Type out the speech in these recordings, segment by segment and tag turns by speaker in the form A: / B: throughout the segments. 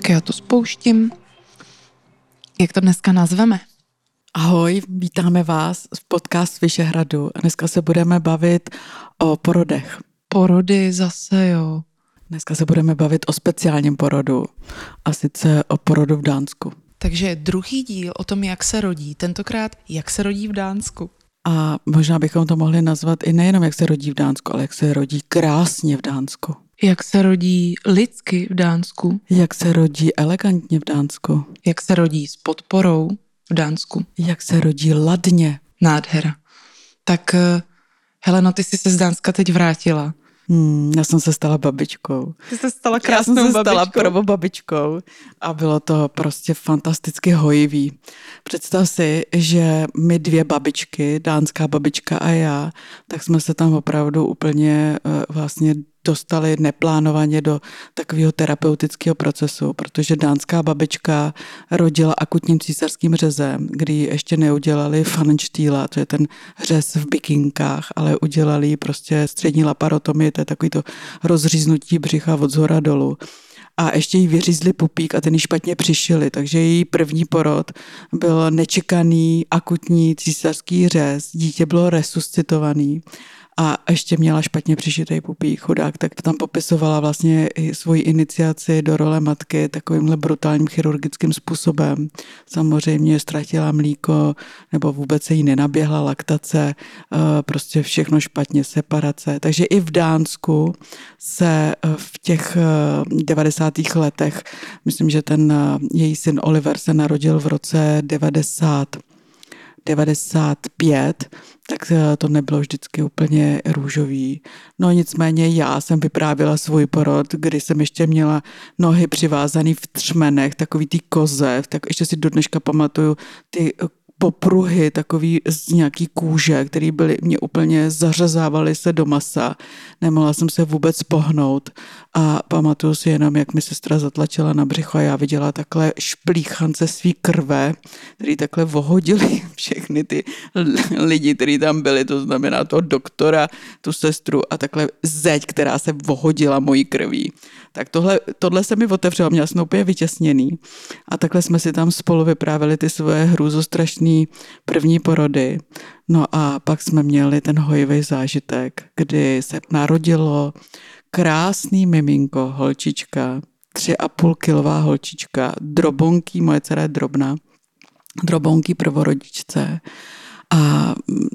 A: Tak já to spouštím. Jak to dneska nazveme?
B: Ahoj, vítáme vás v podcast Vyšehradu. Dneska se budeme bavit o porodech.
A: Porody zase, jo.
B: Dneska se budeme bavit o speciálním porodu, a sice o porodu v Dánsku.
A: Takže druhý díl o tom, jak se rodí. Tentokrát, jak se rodí v Dánsku.
B: A možná bychom to mohli nazvat i nejenom, jak se rodí v Dánsku, ale jak se rodí krásně v Dánsku.
A: Jak se rodí lidsky v Dánsku.
B: Jak se rodí elegantně v Dánsku.
A: Jak se rodí s podporou v Dánsku.
B: Jak se rodí ladně.
A: Nádhera. Tak Heleno, ty jsi se z Dánska teď vrátila.
B: Já jsem se stala babičkou.
A: Ty jsi stala krásnou babičkou.
B: Já jsem se stala prvobabičkou a bylo to prostě fantasticky hojivý. Představ si, že my dvě babičky, dánská babička a já, tak jsme se tam opravdu úplně vlastně dostali neplánovaně do takového terapeutického procesu, protože dánská babička rodila akutním císařským řezem, kdy ještě neudělali Pfannenstiela, to je ten řez v bikinkách, ale udělali prostě střední laparotomii, to je takový to rozříznutí břicha od zhora dolů. A ještě jí vyřízli pupík a ten jí špatně přišili, takže její první porod byl nečekaný akutní císařský řez, dítě bylo resuscitovaný. A ještě měla špatně přišitý pupík, chudák, tak tam popisovala vlastně i svoji iniciaci do role matky takovýmhle brutálním chirurgickým způsobem. Samozřejmě ztratila mlíko, nebo vůbec se jí nenaběhla laktace, prostě všechno špatně, separace. Takže i v Dánsku se v těch 90. letech, myslím, že ten její syn Oliver se narodil v roce 95, tak to nebylo vždycky úplně růžový. No nicméně já jsem vyprávěla svůj porod, kdy jsem ještě měla nohy přivázaný v třmenech, takový ty kozev, tak ještě si do dneška pamatuju ty popruhy takový z nějaký kůže, který byly mě úplně zařezávaly se do masa. Nemohla jsem se vůbec pohnout a pamatuju si jenom, jak mi sestra zatlačila na břicho a já viděla takhle šplíchance svý krve, který takhle vohodili všechny ty lidi, kteří tam byli, to znamená toho doktora, tu sestru a takhle zeď, která se vohodila mojí krví. Tak tohle se mi otevřelo, měla jsem úplně vytěsněný a takhle jsme si tam spolu vyprávěli ty svoje hrůzostrašný první porody. No a pak jsme měli ten hojivý zážitek, kdy se narodilo krásný miminko, holčička, 3,5 kilová holčička, drobonký, moje dcera je drobná, drobonký prvorodičce a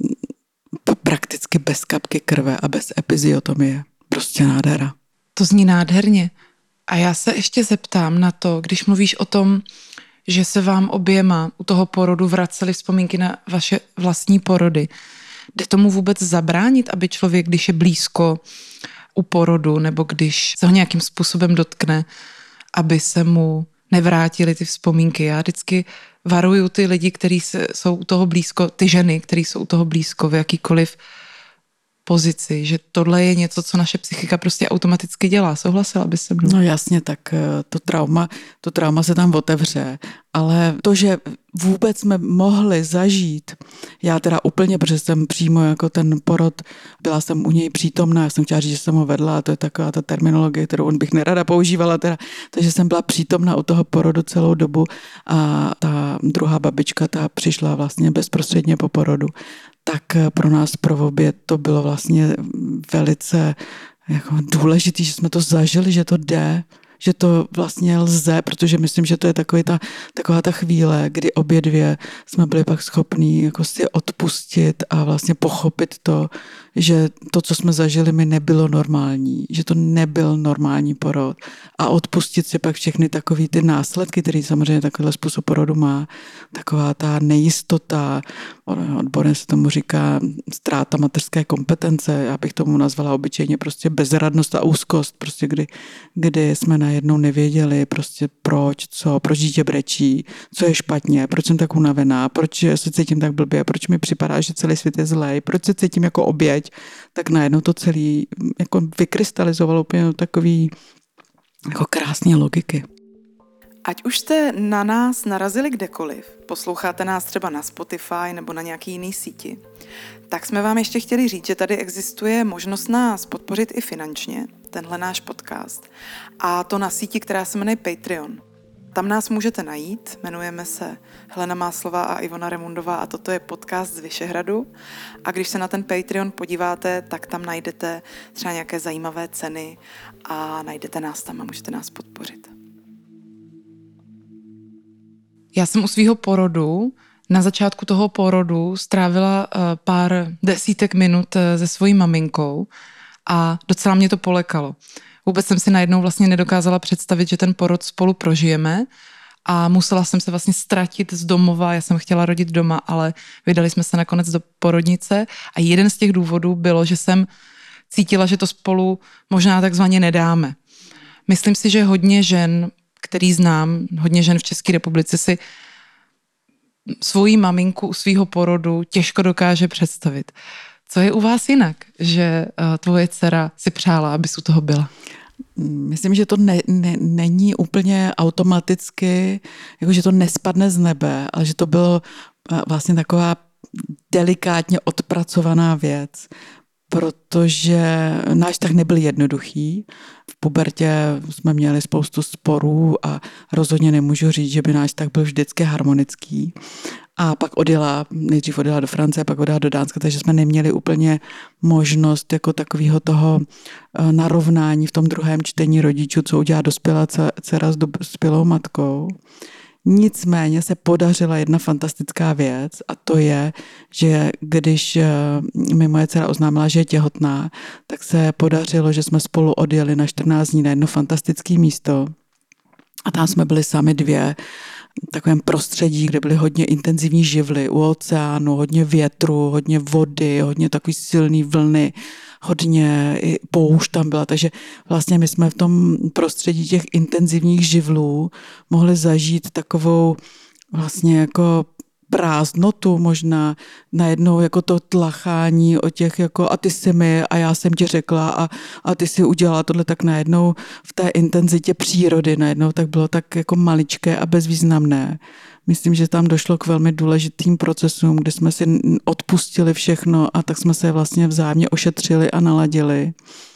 B: prakticky bez kapky krve a bez epiziotomie. Prostě nádhera.
A: To zní nádherně. A já se ještě zeptám na to, když mluvíš o tom, že se vám oběma u toho porodu vracely vzpomínky na vaše vlastní porody. Jde tomu vůbec zabránit, aby člověk, když je blízko u porodu nebo když se ho nějakým způsobem dotkne, aby se mu nevrátily ty vzpomínky? Já vždycky varuju ty lidi, kteří jsou u toho blízko, ty ženy, kteří jsou u toho blízko v jakýkoliv pozici, že tohle je něco, co naše psychika prostě automaticky dělá. Souhlasila by se mnou?
B: No jasně, tak to trauma se tam otevře, ale to, že vůbec jsme mohli zažít, já teda úplně, protože jsem přímo jako ten porod, byla jsem u něj přítomná, já jsem chtěla říct, že jsem ho vedla, a to je taková ta terminologie, kterou on bych nerada používala teda, takže jsem byla přítomná u toho porodu celou dobu a ta druhá babička, ta přišla vlastně bezprostředně po porodu. Tak pro nás, pro obě, to bylo vlastně velice jako důležité, že jsme to zažili, že to jde, že to vlastně lze, protože myslím, že to je taková ta chvíle, kdy obě dvě jsme byli pak schopní jako si odpustit a vlastně pochopit to, že to, co jsme zažili, mi nebylo normální, že to nebyl normální porod a odpustit si pak všechny takový ty následky, který samozřejmě takovýhle způsob porodu má, taková ta nejistota, odborně se tomu říká ztráta mateřské kompetence, já bych tomu nazvala obyčejně prostě bezradnost a úzkost, prostě kdy jsme najednou nevěděli prostě proč dítě brečí, co je špatně, proč jsem tak unavená, proč se cítím tak blbě, proč mi připadá, že celý svět je zlej, proč se cítím jako oběť, tak najednou to celý jako vykrystalizovalo úplně takový jako krásné logiky.
C: Ať už jste na nás narazili kdekoliv, posloucháte nás třeba na Spotify nebo na nějaký jiný síti, tak jsme vám ještě chtěli říct, že tady existuje možnost nás podpořit i finančně, tenhle náš podcast, a to na síti, která se jmenuje Patreon. Tam nás můžete najít, jmenujeme se Helena Máslová a Ivona Remundová a toto je podcast z Vyšehradu. A když se na ten Patreon podíváte, tak tam najdete třeba nějaké zajímavé ceny a najdete nás tam a můžete nás podpořit.
A: Já jsem u svého porodu, na začátku toho porodu strávila pár desítek minut se svojí maminkou a docela mě to polekalo. Vůbec jsem si najednou vlastně nedokázala představit, že ten porod spolu prožijeme a musela jsem se vlastně ztratit z domova. Já jsem chtěla rodit doma, ale vydali jsme se nakonec do porodnice a jeden z těch důvodů bylo, že jsem cítila, že to spolu možná takzvaně nedáme. Myslím si, že hodně žen, který znám, hodně žen v České republice si svoji maminku u svého porodu těžko dokáže představit. Co je u vás jinak, že tvoje dcera si přála, abys u toho byla?
B: Myslím, že to není úplně automaticky, jako že to nespadne z nebe, ale že to bylo vlastně taková delikátně odpracovaná věc, protože náš tak nebyl jednoduchý. V pubertě jsme měli spoustu sporů a rozhodně nemůžu říct, že by náš tak byl vždycky harmonický. A pak nejdřív odjela do Francie, pak odjela do Dánska, takže jsme neměli úplně možnost jako takového toho narovnání v tom druhém čtení rodičů, co udělá dospělá dcera s dospělou matkou. Nicméně se podařila jedna fantastická věc a to je, že když mi moje dcera oznámila, že je těhotná, tak se podařilo, že jsme spolu odjeli na 14 dní na jedno fantastické místo a tam jsme byli sami dvě v takovém prostředí, kde byly hodně intenzivní živly u oceánu, hodně větru, hodně vody, hodně takový silný vlny, hodně poušť tam byla, takže vlastně my jsme v tom prostředí těch intenzivních živlů mohli zažít takovou vlastně jako prázdnotu možná, najednou jako to tlachání o těch jako a ty jsi mi a já jsem ti řekla a ty si udělala tohle, tak najednou v té intenzitě přírody najednou tak bylo tak jako maličké a bezvýznamné. Myslím, že tam došlo k velmi důležitým procesům, kdy jsme si odpustili všechno a tak jsme se vlastně vzájemně ošetřili a naladili.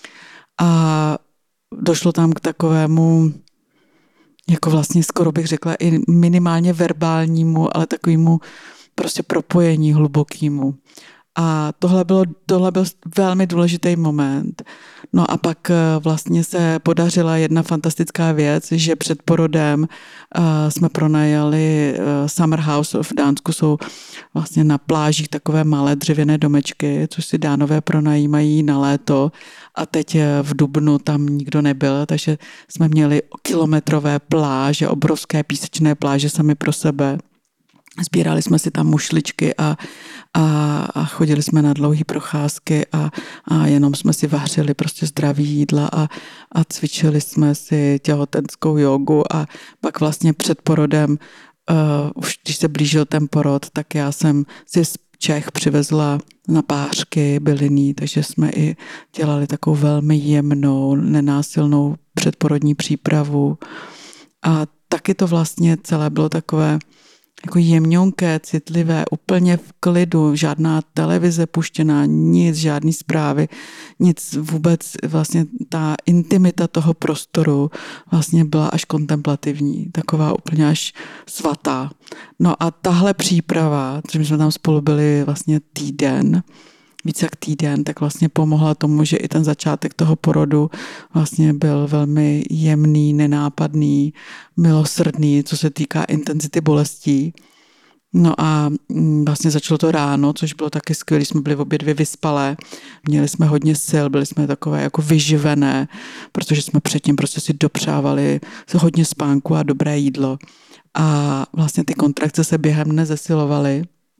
B: A došlo tam k takovému, jako vlastně skoro bych řekla i minimálně verbálnímu, ale takovému prostě propojení hlubokýmu. A tohle byl velmi důležitý moment. No a pak vlastně se podařila jedna fantastická věc, že před porodem jsme pronajali Summer House v Dánsku, jsou vlastně na plážích takové malé dřevěné domečky, což si Dánové pronajímají na léto a teď v dubnu tam nikdo nebyl, takže jsme měli kilometrové pláže, obrovské písečné pláže sami pro sebe. Sbírali jsme si tam mušličky a chodili jsme na dlouhé procházky a jenom jsme si vařili prostě zdravý jídla a cvičili jsme si těhotenskou jogu a pak vlastně před porodem, už když se blížil ten porod, tak já jsem si z Čech přivezla na pářky bylinný, takže jsme i dělali takovou velmi jemnou, nenásilnou předporodní přípravu a taky to vlastně celé bylo takové jako jemňonké, citlivé, úplně v klidu, žádná televize puštěná, nic, žádný zprávy, nic vůbec, vlastně ta intimita toho prostoru vlastně byla až kontemplativní, taková úplně až svatá. No a tahle příprava, protože my jsme tam spolu byli vlastně týden, více jak týden, tak vlastně pomohla tomu, že i ten začátek toho porodu vlastně byl velmi jemný, nenápadný, milosrdný, co se týká intenzity bolestí. No a vlastně začalo to ráno, což bylo taky skvělé, jsme byli obě dvě vyspalé, měli jsme hodně sil, byli jsme takové jako vyživené, protože jsme předtím prostě si dopřávali hodně spánku a dobré jídlo. A vlastně ty kontrakce se během dne zesilovaly.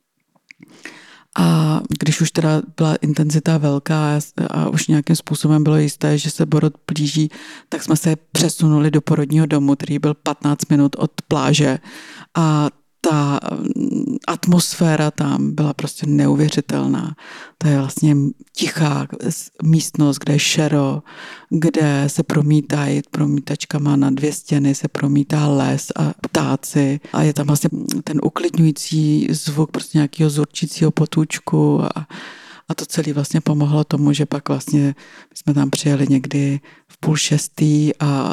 B: A když už teda byla intenzita velká a už nějakým způsobem bylo jisté, že se porod blíží, tak jsme se přesunuli do porodního domu, který byl 15 minut od pláže a ta atmosféra tam byla prostě neuvěřitelná. To je vlastně tichá místnost, kde je šero, kde se promítají promítačkama na 2 stěny, se promítá les a ptáci a je tam vlastně ten uklidňující zvuk prostě nějakého zurčícího potůčku A to celé vlastně pomohlo tomu, že pak vlastně my jsme tam přijeli někdy v 5:30 a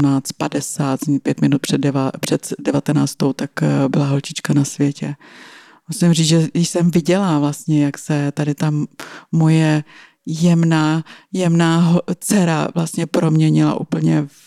B: 18:50, 5 minut před 19, tak byla holčička na světě. Musím říct, že když jsem viděla vlastně, jak se tady tam moje jemná dcera vlastně proměnila úplně v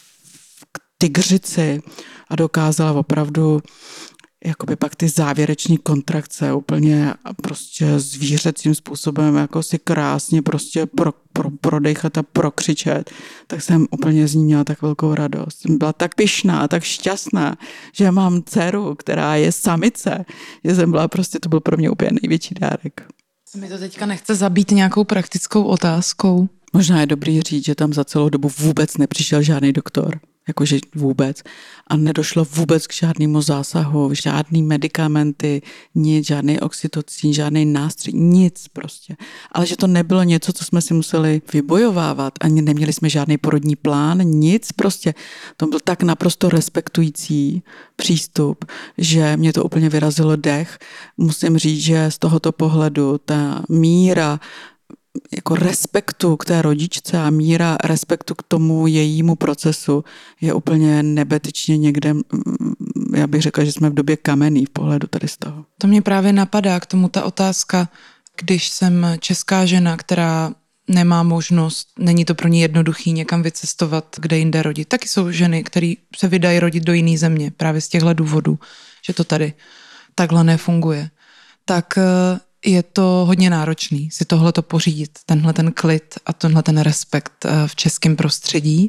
B: tygřici a dokázala opravdu jakoby pak ty závěreční kontrakce úplně prostě zvířecím způsobem jako si krásně prostě prodejchat a prokřičet, tak jsem úplně z ní měla tak velkou radost. Jsem byla tak pyšná, tak šťastná, že mám dceru, která je samice, že jsem byla prostě, to byl pro mě úplně největší dárek.
A: Se mi to teďka nechce zabít nějakou praktickou otázkou.
B: Možná je dobrý říct, že tam za celou dobu vůbec nepřišel žádný doktor. Jakože vůbec. A nedošlo vůbec k žádnému zásahu, žádný medikamenty, nic, žádný oxytocin, žádný nástroj, nic prostě. Ale že to nebylo něco, co jsme si museli vybojovávat, ani neměli jsme žádný porodní plán, nic prostě. To byl tak naprosto respektující přístup, že mě to úplně vyrazilo dech. Musím říct, že z tohoto pohledu ta míra jako respektu k té rodičce a míra respektu k tomu jejímu procesu je úplně nebetyčně někde, já bych řekla, že jsme v době kamenný v pohledu tady z toho.
A: To mě právě napadá k tomu ta otázka, když jsem česká žena, která nemá možnost, není to pro ní jednoduchý někam vycestovat, kde jinde rodit. Taky jsou ženy, které se vydají rodit do jiné země právě z těchto důvodů, že to tady takhle nefunguje. Tak je to hodně náročný si tohleto pořídit, tenhle ten klid a tenhle ten respekt v českém prostředí.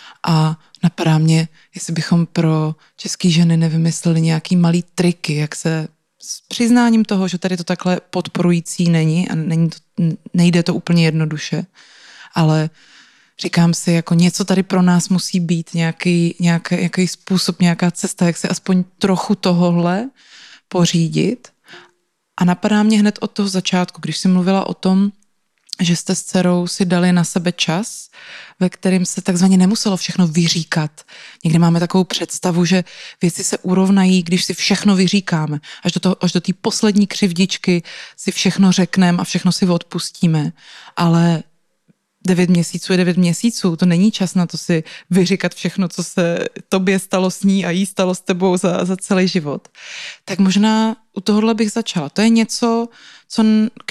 A: A napadá mě, jestli bychom pro české ženy nevymysleli nějaký malý triky, jak se s přiznáním toho, že tady to takhle podporující není a nejde to úplně jednoduše, ale říkám si, jako něco tady pro nás musí být, nějaký způsob, nějaká cesta, jak se aspoň trochu tohohle pořídit. A napadá mě hned od toho začátku, když jsi mluvila o tom, že jste s dcerou si dali na sebe čas, ve kterém se takzvaně nemuselo všechno vyříkat. Někdy máme takovou představu, že věci se urovnají, když si všechno vyříkáme. Až do té poslední křivdičky si všechno řekneme a všechno si odpustíme. Ale 9 měsíců je 9 měsíců, to není čas na to si vyříkat všechno, co se tobě stalo s ní a jí stalo s tebou za celý život. Tak možná u tohohle bych začala. To je něco, k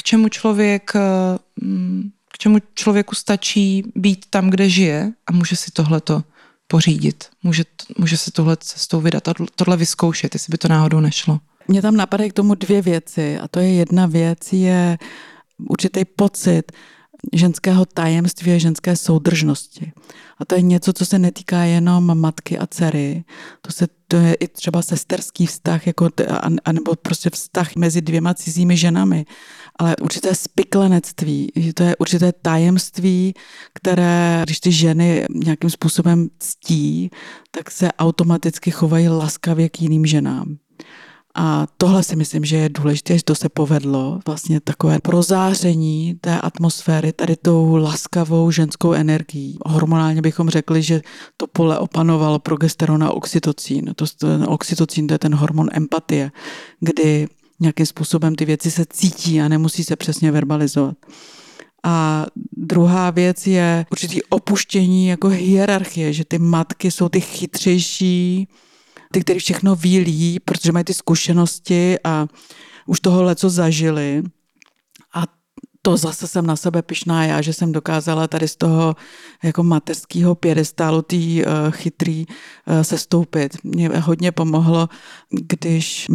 A: čemu člověku stačí být tam, kde žije a může si tohleto pořídit. Může se tohle cestou vydat a tohle vyzkoušet, jestli by to náhodou nešlo.
B: Mně tam napadají k tomu 2 věci a to je jedna věc, je určitý pocit ženského tajemství a ženské soudržnosti. A to je něco, co se netýká jenom matky a dcery. To je i třeba sesterský vztah, jako, anebo prostě vztah mezi 2 cizími ženami. Ale určité spiklenectví, že to je určité tajemství, které, když ty ženy nějakým způsobem ctí, tak se automaticky chovají laskavě k jiným ženám. A tohle si myslím, že je důležité, že to se povedlo. Vlastně takové prozáření té atmosféry tady tou laskavou ženskou energií. Hormonálně bychom řekli, že to pole opanovalo progesteron a oxytocín. Oxytocín to je ten hormon empatie, kdy nějakým způsobem ty věci se cítí a nemusí se přesně verbalizovat. A druhá věc je určitý opuštění jako hierarchie, že ty matky jsou ty chytřejší, ty, kteří všechno ví, protože mají ty zkušenosti a už tohohle, co zažili. A to zase jsem na sebe pyšná já, že jsem dokázala tady z toho jako mateřského pědestálu tý chytrý sestoupit. Mě hodně pomohlo, když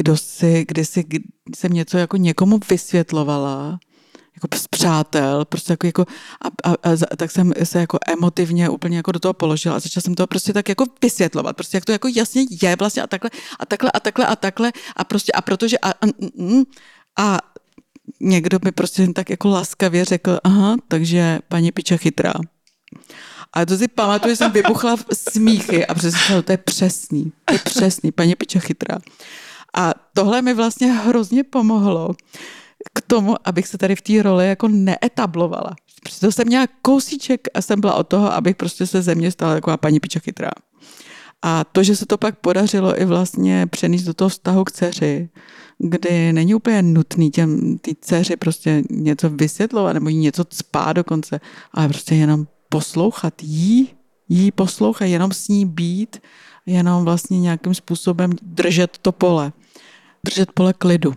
B: jsem něco jako někomu vysvětlovala, jako z přátel, prostě tak jsem se jako emotivně úplně jako do toho položila a začala jsem to prostě tak jako vysvětlovat, prostě jak to jako jasně je vlastně a takhle a prostě a protože a někdo mi prostě tak jako laskavě řekl, aha, takže paní piča chytrá. A to si pamatuju, že jsem vybuchla v smíchy a přesně to je přesný, paní piča chytrá. A tohle mi vlastně hrozně pomohlo k tomu, abych se tady v té roli jako neetablovala. Protože jsem měla kousíček a jsem byla od toho, abych prostě se ze mě stala taková paní piča chytrá. A to, že se to pak podařilo i vlastně přenést do toho vztahu k dceři, kdy není úplně nutný té dceři prostě něco vysvětlovat nebo jí něco cpát dokonce, ale prostě jenom poslouchat jí poslouchat, jenom s ní být, jenom vlastně nějakým způsobem držet to pole. Držet pole klidu.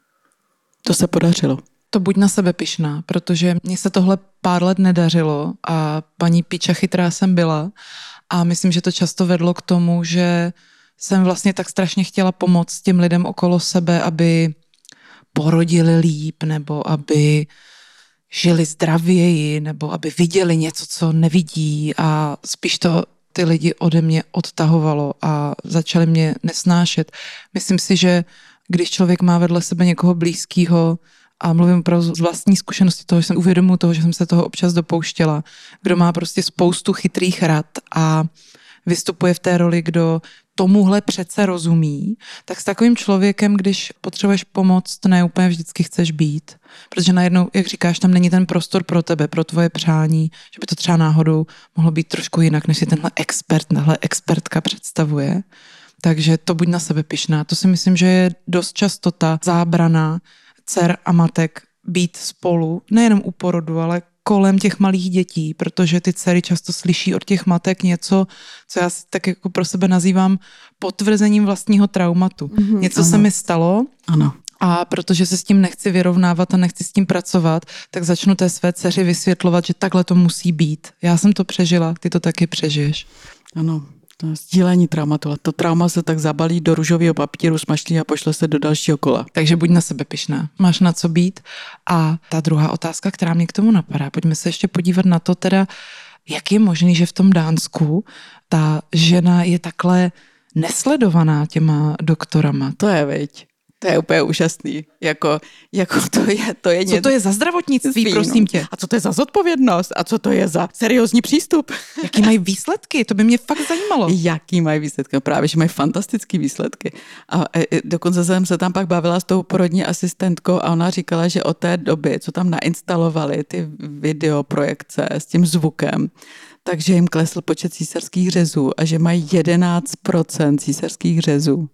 B: To se podařilo.
A: To buď na sebe pyšná, protože mně se tohle pár let nedařilo a paní piča chytrá jsem byla a myslím, že to často vedlo k tomu, že jsem vlastně tak strašně chtěla pomoct těm lidem okolo sebe, aby porodili líp nebo aby žili zdravěji nebo aby viděli něco, co nevidí a spíš to ty lidi ode mě odtahovalo a začali mě nesnášet. Myslím si, že když člověk má vedle sebe někoho blízkého a mluvím opravdu z vlastní zkušenosti toho, že jsem uvědomuji toho, že jsem se toho občas dopouštěla, kdo má prostě spoustu chytrých rad a vystupuje v té roli, kdo tomuhle přece rozumí, tak s takovým člověkem, když potřebuješ pomoct, ne úplně vždycky chceš být. Protože najednou, jak říkáš, tam není ten prostor pro tebe, pro tvoje přání, že by to třeba náhodou mohlo být trošku jinak, než si tenhle expertka představuje. Takže to buď na sebe pyšná. To si myslím, že je dost často ta zábrana dcer a matek být spolu, nejenom u porodu, ale kolem těch malých dětí, protože ty dcery často slyší od těch matek něco, co já tak jako pro sebe nazývám potvrzením vlastního traumatu. Něco
B: ano.
A: se mi stalo
B: Ano.
A: a protože se s tím nechci vyrovnávat a nechci s tím pracovat, tak začnu té své dceři vysvětlovat, že takhle to musí být. Já jsem to přežila, ty to taky přežiješ.
B: Ano. To je sdílení traumatu. To trauma se tak zabalí do růžového papíru, smažlí a pošle se do dalšího kola.
A: Takže buď na sebe pyšná. Máš na co být. A ta druhá otázka, která mě k tomu napadá, pojďme se ještě podívat na to teda, jak je možný, že v tom Dánsku ta žena je takhle nesledovaná těma doktorama.
B: To je, veď. To je úplně úžasný. Jako to je něco.
A: Co to je za zdravotnictví, prosím tě?
B: A co to je za zodpovědnost? A co to je za seriózní přístup?
A: Jaký mají výsledky? To by mě fakt zajímalo.
B: Jaký mají výsledky? Právě, že mají fantastické výsledky. A dokonce jsem se tam pak bavila s tou porodní asistentkou a ona říkala, že od té doby, co tam nainstalovali ty videoprojekce s tím zvukem, takže jim klesl počet císařských řezů a že mají 11% císařských řezů.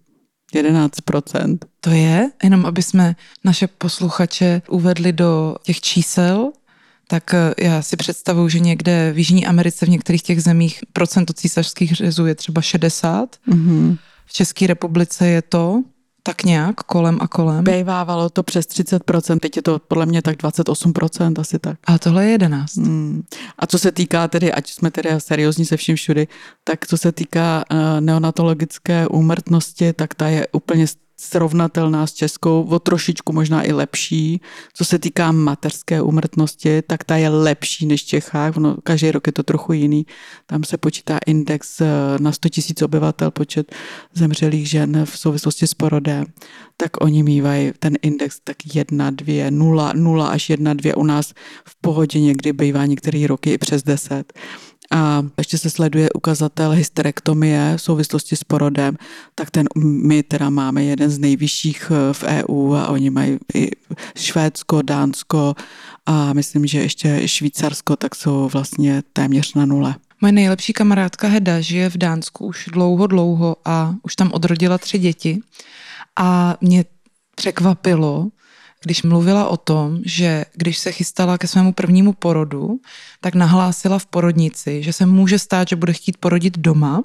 B: 11%.
A: To je, jenom aby jsme naše posluchače uvedli do těch čísel, tak já si představuju, že někde v Jižní Americe v některých těch zemích procento císařských řezů je třeba 60.
B: Mm-hmm.
A: V České republice je to tak nějak kolem a kolem.
B: Bejvávalo to přes 30%, teď je to podle mě tak 28%, asi tak.
A: A tohle je 11.
B: A co se týká tedy, ať jsme tedy seriózní se vším všudy, tak co se týká neonatologické úmrtnosti, tak ta je úplně srovnatelná s českou, o trošičku možná i lepší. Co se týká mateřské úmrtnosti, tak ta je lepší než v Čechách. Každý rok je to trochu jiný. Tam se počítá index na 100 000 obyvatel, počet zemřelých žen v souvislosti s porodem. Tak oni mývají ten index tak 1, 2, 0 až 1, 2. U nás v pohodě někdy bývá některé roky i přes 10. A ještě se sleduje ukazatel hysterektomie v souvislosti s porodem, tak ten my teda máme jeden z nejvyšších v EU a oni mají i Švédsko, Dánsko a myslím, že ještě Švýcarsko, tak jsou vlastně téměř na 0.
A: Moje nejlepší kamarádka Heda žije v Dánsku už dlouho a už tam odrodila 3 děti a mě překvapilo, když mluvila o tom, že když se chystala ke svému prvnímu porodu, tak nahlásila v porodnici, že se může stát, že bude chtít porodit doma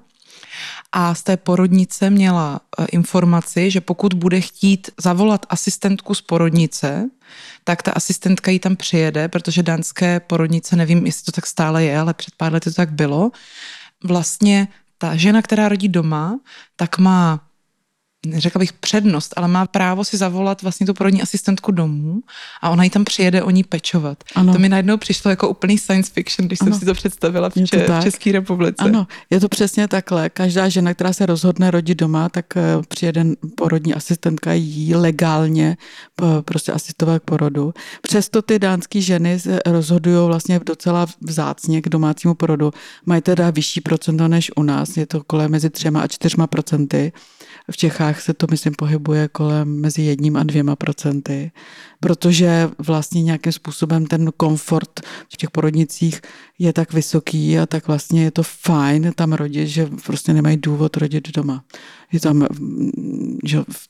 A: a z té porodnice měla informaci, že pokud bude chtít zavolat asistentku z porodnice, tak ta asistentka jí tam přijede, protože dánské porodnice, nevím, jestli to tak stále je, ale před pár lety to tak bylo. Vlastně ta žena, která rodí doma, tak má, neřekla bych přednost, ale má právo si zavolat vlastně tu porodní asistentku domů a ona jí tam přijede o ní pečovat.
B: Ano.
A: To mi najednou přišlo jako úplný science fiction, když jsem si to představila v České republice.
B: Ano, je to přesně takhle. Každá žena, která se rozhodne rodit doma, tak přijede porodní asistentka jí legálně prostě asistovat k porodu. Přesto ty dánské ženy se rozhodují vlastně docela vzácně k domácímu porodu. Mají teda vyšší procento než u nás, je to kolem mezi 3 a 4%. V Čechách se to, myslím, pohybuje kolem mezi 1 a 2%, protože vlastně nějakým způsobem ten komfort v těch porodnicích je tak vysoký a tak vlastně je to fajn tam rodit, že prostě nemají důvod rodit doma. Je tam, že v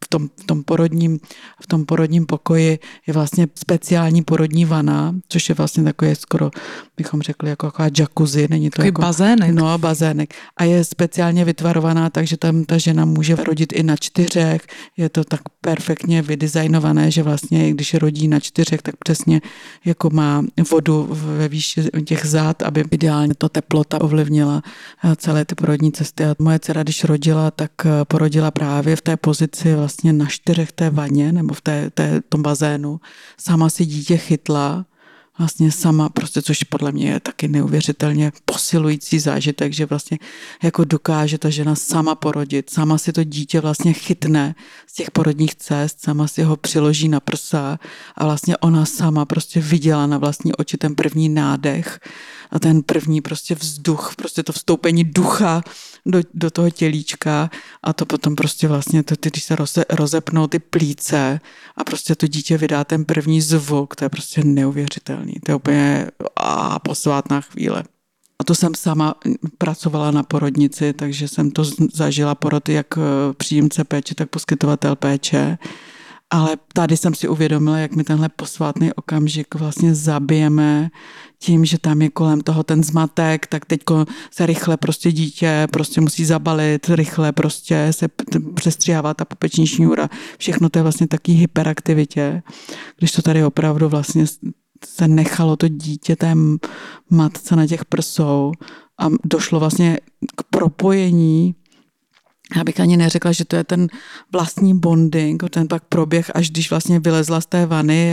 B: v tom porodním pokoji je vlastně speciální porodní vana, což je vlastně takové skoro, bychom řekli, jako jacuzzi, není to
A: takový
B: jako
A: bazének.
B: No, bazének. A je speciálně vytvarovaná, takže tam ta žena může rodit i na 4. Je to tak perfektně vydesignované, že vlastně, když rodí na 4, tak přesně jako má vodu ve výši těch zád, aby ideálně to teplota ovlivnila celé ty porodní cesty. A moje dcera, když rodila, tak porodila právě v té pozici vlastně na 4 té vaně nebo v tom bazénu. Sama si dítě chytla, vlastně sama, prostě, což podle mě je taky neuvěřitelně posilující zážitek, že vlastně jako dokáže ta žena sama porodit, sama si to dítě vlastně chytne z těch porodních cest, sama si ho přiloží na prsa a vlastně ona sama prostě viděla na vlastní oči ten první nádech a ten první prostě vzduch, prostě to vstoupení ducha do toho tělíčka a to potom prostě vlastně, když se rozepnou ty plíce a prostě to dítě vydá ten první zvuk, to je prostě neuvěřitelný. To je úplně posvátná chvíle. A to jsem sama pracovala na porodnici, takže jsem to zažila porod jak příjemce péče, tak poskytovatel péče. Ale tady jsem si uvědomila, jak my tenhle posvátný okamžik vlastně zabijeme tím, že tam je kolem toho ten zmatek, tak teďko se rychle prostě dítě prostě musí zabalit, rychle prostě se přestřihává ta pupeční šňůra. Všechno to je vlastně taky hyperaktivitě, když to tady opravdu vlastně se nechalo to dítě té matce na těch prsou a došlo vlastně k propojení. Já bych ani neřekla, že to je ten vlastní bonding, ten pak proběh, až když vlastně vylezla z té vany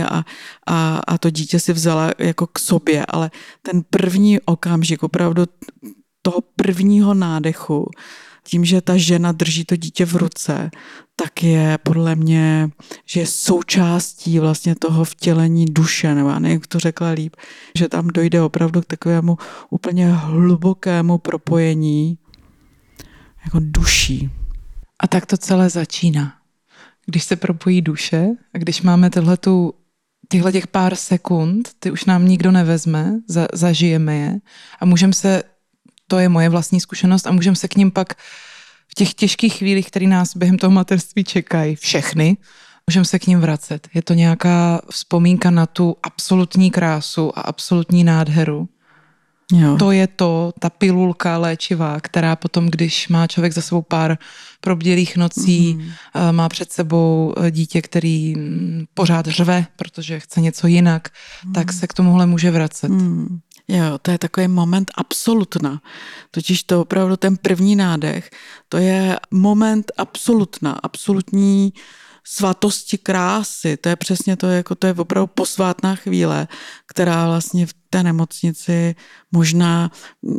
B: a to dítě si vzala jako k sobě, ale ten první okamžik opravdu toho prvního nádechu, tím, že ta žena drží to dítě v ruce, tak je podle mě, že je součástí vlastně toho vtělení duše, nebo já nevím, jak to řekla líp, že tam dojde opravdu k takovému úplně hlubokému propojení jako duší.
A: A tak to celé začíná. Když se propojí duše a když máme těchto těch pár sekund, ty už nám nikdo nevezme, zažijeme je a můžeme se, to je moje vlastní zkušenost, a můžeme se k ním pak v těch těžkých chvílích, které nás během toho materství čekají, všechny, můžeme se k ním vracet. Je to nějaká vzpomínka na tu absolutní krásu a absolutní nádheru.
B: Jo.
A: To je ta pilulka léčivá, která potom, když má člověk za sebou pár probdělých nocí, má před sebou dítě, který pořád řve, protože chce něco jinak, tak se k tomuhle může vracet.
B: Jo, to je takový moment absolutna. Totiž to opravdu ten první nádech, to je moment absolutní svatosti krásy. To je přesně to, jako to je opravdu posvátná chvíle, která vlastně v té nemocnici možná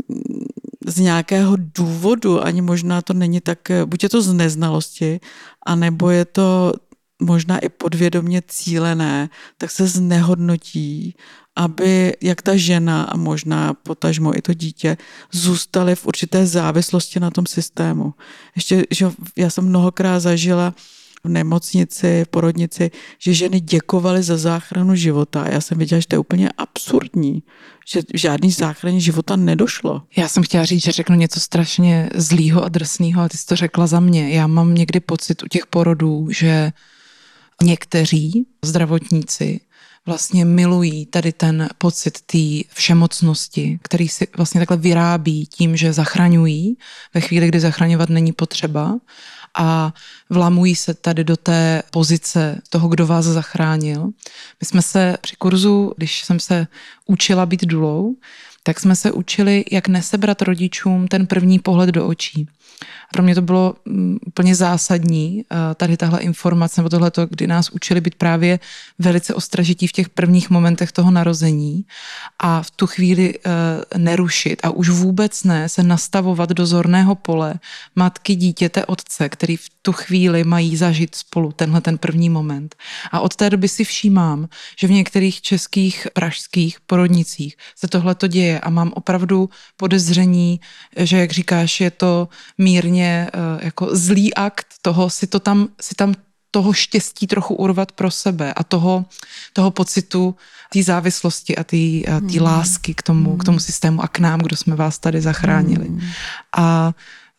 B: z nějakého důvodu, ani možná to není tak, buď je to z neznalosti, anebo je to možná i podvědomě cílené, tak se znehodnotí, aby jak ta žena a možná potažmo i to dítě zůstaly v určité závislosti na tom systému. Ještě, že já jsem mnohokrát zažila v nemocnici, v porodnici, že ženy děkovaly za záchranu života. Já jsem viděla, že to je úplně absurdní, že žádný záchraně života nedošlo.
A: Já jsem chtěla říct, že řeknu něco strašně zlýho a drsného, a ty jsi to řekla za mě. Já mám někdy pocit u těch porodů, že někteří zdravotníci vlastně milují tady ten pocit té všemocnosti, který si vlastně takhle vyrábí tím, že zachraňují ve chvíli, kdy zachraňovat není potřeba, a vlamují se tady do té pozice toho, kdo vás zachránil. My jsme se při kurzu, když jsem se učila být dulou, tak jsme se učili, jak nesebrat rodičům ten první pohled do očí. Pro mě to bylo úplně zásadní, tady tahle informace, nebo tohleto, kdy nás učili být právě velice ostražití v těch prvních momentech toho narození a v tu chvíli nerušit a už vůbec ne se nastavovat do zorného pole matky, dítěte, otce, který v tu chvíli mají zažít spolu ten první moment. A od té doby si všímám, že v některých českých, pražských porodnicích se tohleto děje a mám opravdu podezření, že, jak říkáš, je to mírně jako zlý akt toho si tam toho štěstí trochu urvat pro sebe a toho pocitu té závislosti a té lásky k tomu systému a k nám, kdo jsme vás tady zachránili. A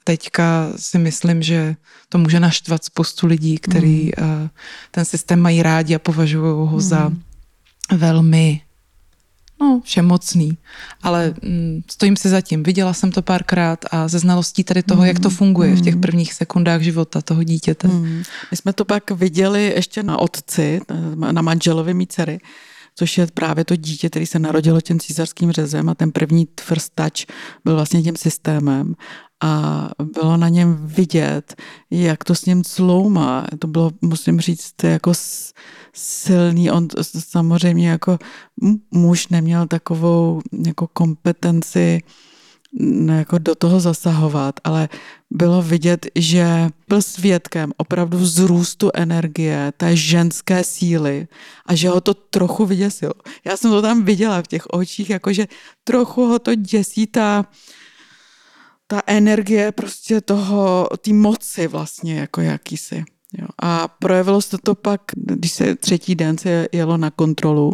A: teďka si myslím, že to může naštvat spoustu lidí, který ten systém mají rádi a považují ho za velmi všemocný. Ale stojím si za tím. Viděla jsem to párkrát a ze znalostí tady toho, jak to funguje v těch prvních sekundách života toho dítěte.
B: My jsme to pak viděli ještě na otci, na manželovi mý dcery, což je právě to dítě, který se narodilo tím císařským řezem a ten první first touch byl vlastně tím systémem a bylo na něm vidět, jak to s ním cloumá. To bylo, musím říct, jako silný. On samozřejmě jako muž neměl takovou jako kompetenci jako do toho zasahovat, ale bylo vidět, že byl svědkem opravdu vzrůstu energie, té ženské síly a že ho to trochu vyděsilo. Já jsem to tam viděla v těch očích, jakože trochu ho to děsí ta energie prostě té moci vlastně jako jakýsi. Jo. A projevilo se to pak, když se třetí den se jelo na kontrolu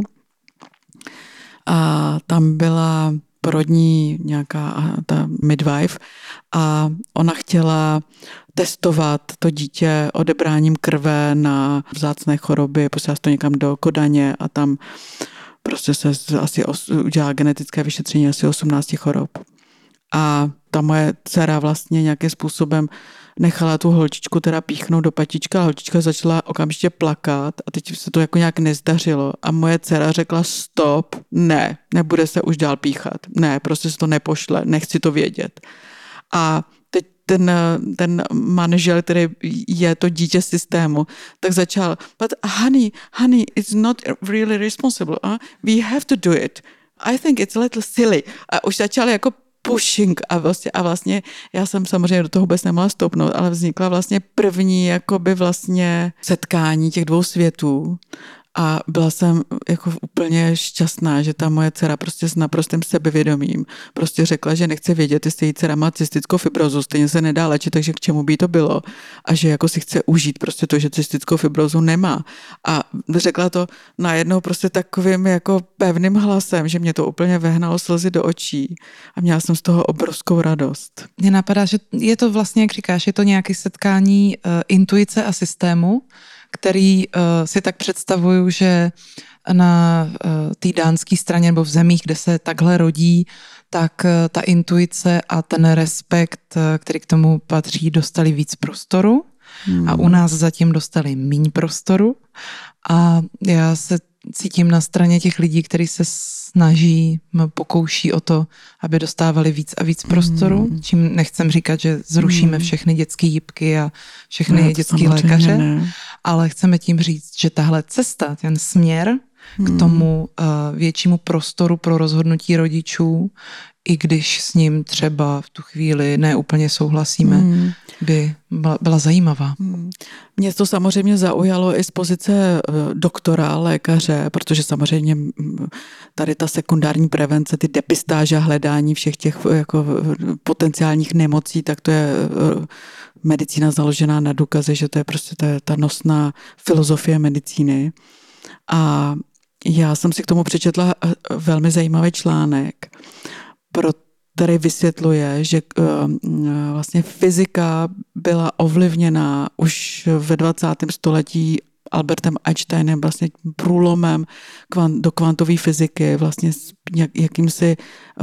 B: a tam byla porodní nějaká ta midwife a ona chtěla testovat to dítě odebráním krve na vzácné choroby, posílala to někam do Kodaně a tam prostě se asi udělá genetické vyšetření asi 18 chorob. A ta moje dcera vlastně nějakým způsobem nechala tu holčičku teda píchnout do patička a holčička začala okamžitě plakat a teď se to jako nějak nezdařilo a moje dcera řekla stop, ne, nebude se už dál píchat, ne, prostě se to nepošle, nechci to vědět. A teď ten manžel, který je to dítě systému, tak začal, but honey, it's not really responsible, we have to do it. I think it's a little silly. A už začal jako pushing a vlastně já jsem samozřejmě do toho vůbec nemohla stoupnout, ale vznikla vlastně první jakoby vlastně setkání těch dvou světů a byla jsem jako úplně šťastná, že ta moje dcera prostě s naprostým sebevědomím prostě řekla, že nechce vědět, jestli její dcera má cystickou fibrozu, stejně se nedá léčit, takže k čemu by to bylo a že jako si chce užít prostě to, že cystickou fibrozu nemá a řekla to najednou prostě takovým jako pevným hlasem, že mě to úplně vehnalo slzy do očí a měla jsem z toho obrovskou radost.
A: Mně napadá, že je to vlastně, jak říkáš, je to nějaké setkání intuice a systému, který si tak představuju, že na té dánské straně nebo v zemích, kde se takhle rodí, tak ta intuice a ten respekt, který k tomu patří, dostali víc prostoru a u nás zatím dostali míň prostoru a já se cítím na straně těch lidí, kteří se snaží, pokouší o to, aby dostávali víc a víc prostoru, čím nechcem říkat, že zrušíme všechny dětské jipky a všechny dětské lékaře, ale chceme tím říct, že tahle cesta, ten směr k tomu většímu prostoru pro rozhodnutí rodičů, i když s ním třeba v tu chvíli neúplně souhlasíme, by byla zajímavá.
B: Mě to samozřejmě zaujalo i z pozice doktora, lékaře, protože samozřejmě tady ta sekundární prevence, ty depistáže a hledání všech těch jako potenciálních nemocí, tak to je medicína založená na důkaze, že to je prostě ta nosná filozofie medicíny. A já jsem si k tomu přečetla velmi zajímavý článek, který vysvětluje, že vlastně fyzika byla ovlivněna už ve 20. století Albertem Einsteinem, vlastně průlomem do kvantové fyziky, vlastně jakýmsi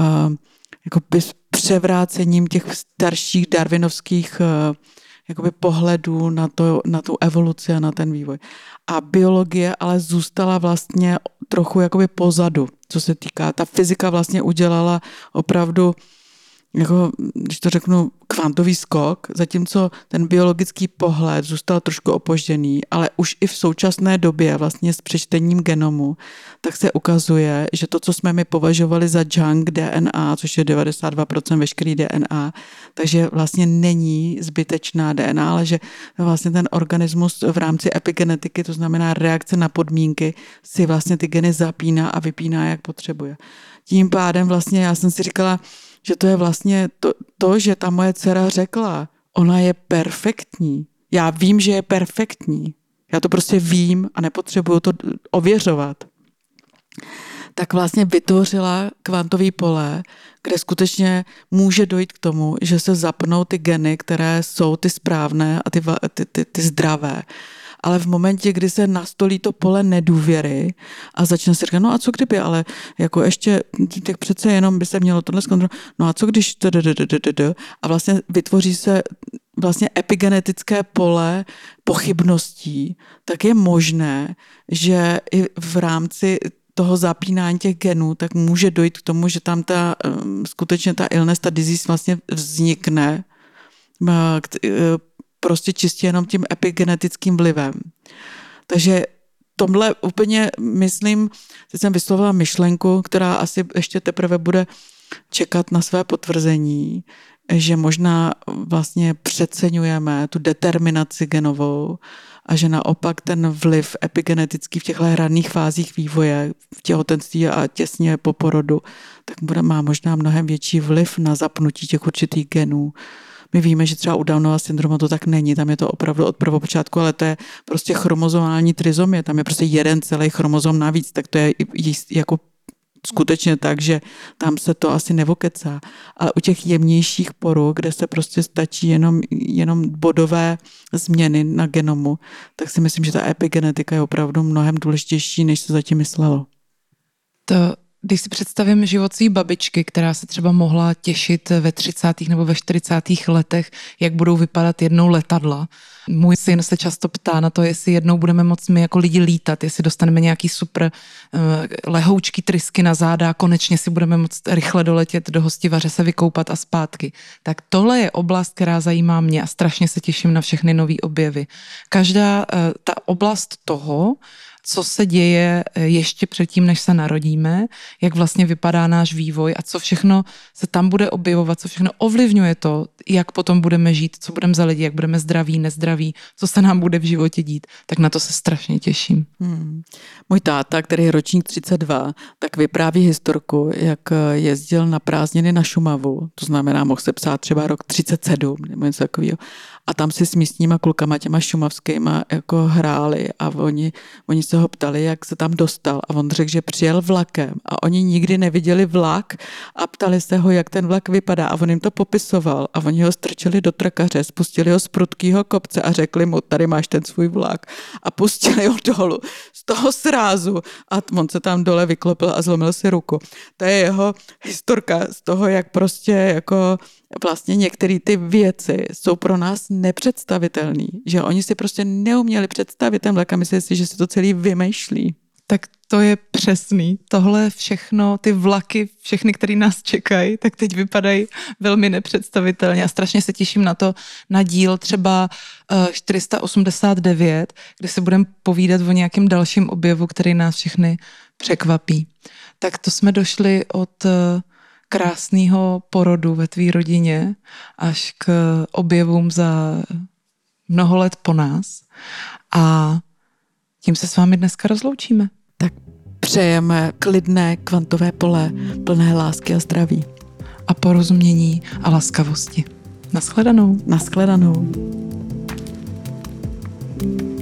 B: jakoby převrácením těch starších darwinovských jakoby pohledů na tu evoluci a na ten vývoj. A biologie ale zůstala vlastně trochu jakoby pozadu, co se týká. Ta fyzika vlastně udělala opravdu, jako, když to řeknu, kvantový skok, zatímco ten biologický pohled zůstal trošku opožděný, ale už i v současné době vlastně s přečtením genomu, tak se ukazuje, že to, co jsme my považovali za junk DNA, což je 92% veškerý DNA, takže vlastně není zbytečná DNA, ale že vlastně ten organismus v rámci epigenetiky, to znamená reakce na podmínky, si vlastně ty geny zapíná a vypíná, jak potřebuje. Tím pádem vlastně já jsem si říkala, že to je vlastně to, že ta moje dcera řekla, ona je perfektní. Já vím, že je perfektní. Já to prostě vím a nepotřebuju to ověřovat. tak vlastně vytvořila kvantový pole, kde skutečně může dojít k tomu, že se zapnou ty geny, které jsou ty správné a ty zdravé. Ale v momentě, kdy se nastolí to pole nedůvěry a začne si říkat, no a co kdyby, ale jako ještě, tak přece jenom by se mělo tohle zkontrolovat, no a co když a vlastně vytvoří se vlastně epigenetické pole pochybností, tak je možné, že i v rámci toho zapínání těch genů, tak může dojít k tomu, že tam skutečně ta illness, ta disease vlastně vznikne prostě čistě jenom tím epigenetickým vlivem. Takže tomhle úplně myslím, teď jsem vyslovila myšlenku, která asi ještě teprve bude čekat na své potvrzení, že možná vlastně přeceňujeme tu determinaci genovou a že naopak ten vliv epigenetický v těchto raných fázích vývoje, v těhotenství a těsně po porodu, tak má možná mnohem větší vliv na zapnutí těch určitých genů. My víme, že třeba u Downova syndromu to tak není, tam je to opravdu od prvopočátku, ale to je prostě chromozomální trizomie, tam je prostě jeden celý chromozom navíc, tak to je jako skutečně tak, že tam se to asi nevokecá. Ale u těch jemnějších porů, kde se prostě stačí jenom bodové změny na genomu, tak si myslím, že ta epigenetika je opravdu mnohem důležitější, než se zatím myslelo.
A: Když si představím život svý babičky, která se třeba mohla těšit ve 30. nebo ve 40. letech, jak budou vypadat jednou letadla. Můj syn se často ptá na to, jestli jednou budeme moct my jako lidi lítat, jestli dostaneme nějaký super lehoučký trysky na záda a konečně si budeme moct rychle doletět do Hostivaře, se vykoupat a zpátky. Tak tohle je oblast, která zajímá mě a strašně se těším na všechny nový objevy. Každá ta oblast toho, co se děje ještě předtím, než se narodíme, jak vlastně vypadá náš vývoj a co všechno se tam bude objevovat, co všechno ovlivňuje to, jak potom budeme žít, co budeme za lidi, jak budeme zdraví, nezdraví, co se nám bude v životě dít, tak na to se strašně těším.
B: Můj táta, který je ročník 32, tak vypráví historku, jak jezdil na prázdniny na Šumavu, to znamená, mohl se psát třeba rok 37 nebo něco takového. A tam si s místníma klukama, těma šumavskýma, jako hráli a oni se ho ptali, jak se tam dostal. A on řekl, že přijel vlakem a oni nikdy neviděli vlak a ptali se ho, jak ten vlak vypadá. A on jim to popisoval a oni ho strčili do trakaře, spustili ho z prudkýho kopce a řekli mu, tady máš ten svůj vlak. A pustili ho dolů z toho srázu a on se tam dole vyklopil a zlomil si ruku. To je jeho historka z toho, jak prostě jako vlastně některé ty věci jsou pro nás nepředstavitelné, že oni si prostě neuměli představit ten vlak a myslí si, že si to celý vymýšlí.
A: Tak to je přesný. Tohle všechno, ty vlaky, všechny, které nás čekají, tak teď vypadají velmi nepředstavitelně a strašně se těším na díl třeba 489, kde se budeme povídat o nějakém dalším objevu, který nás všechny překvapí. Tak to jsme došli od krásného porodu ve tvý rodině až k objevům za mnoho let po nás. A tím se s vámi dneska rozloučíme.
B: Tak přejeme klidné kvantové pole, plné lásky a zdraví.
A: A porozumění a laskavosti. Naschledanou.
B: Naschledanou.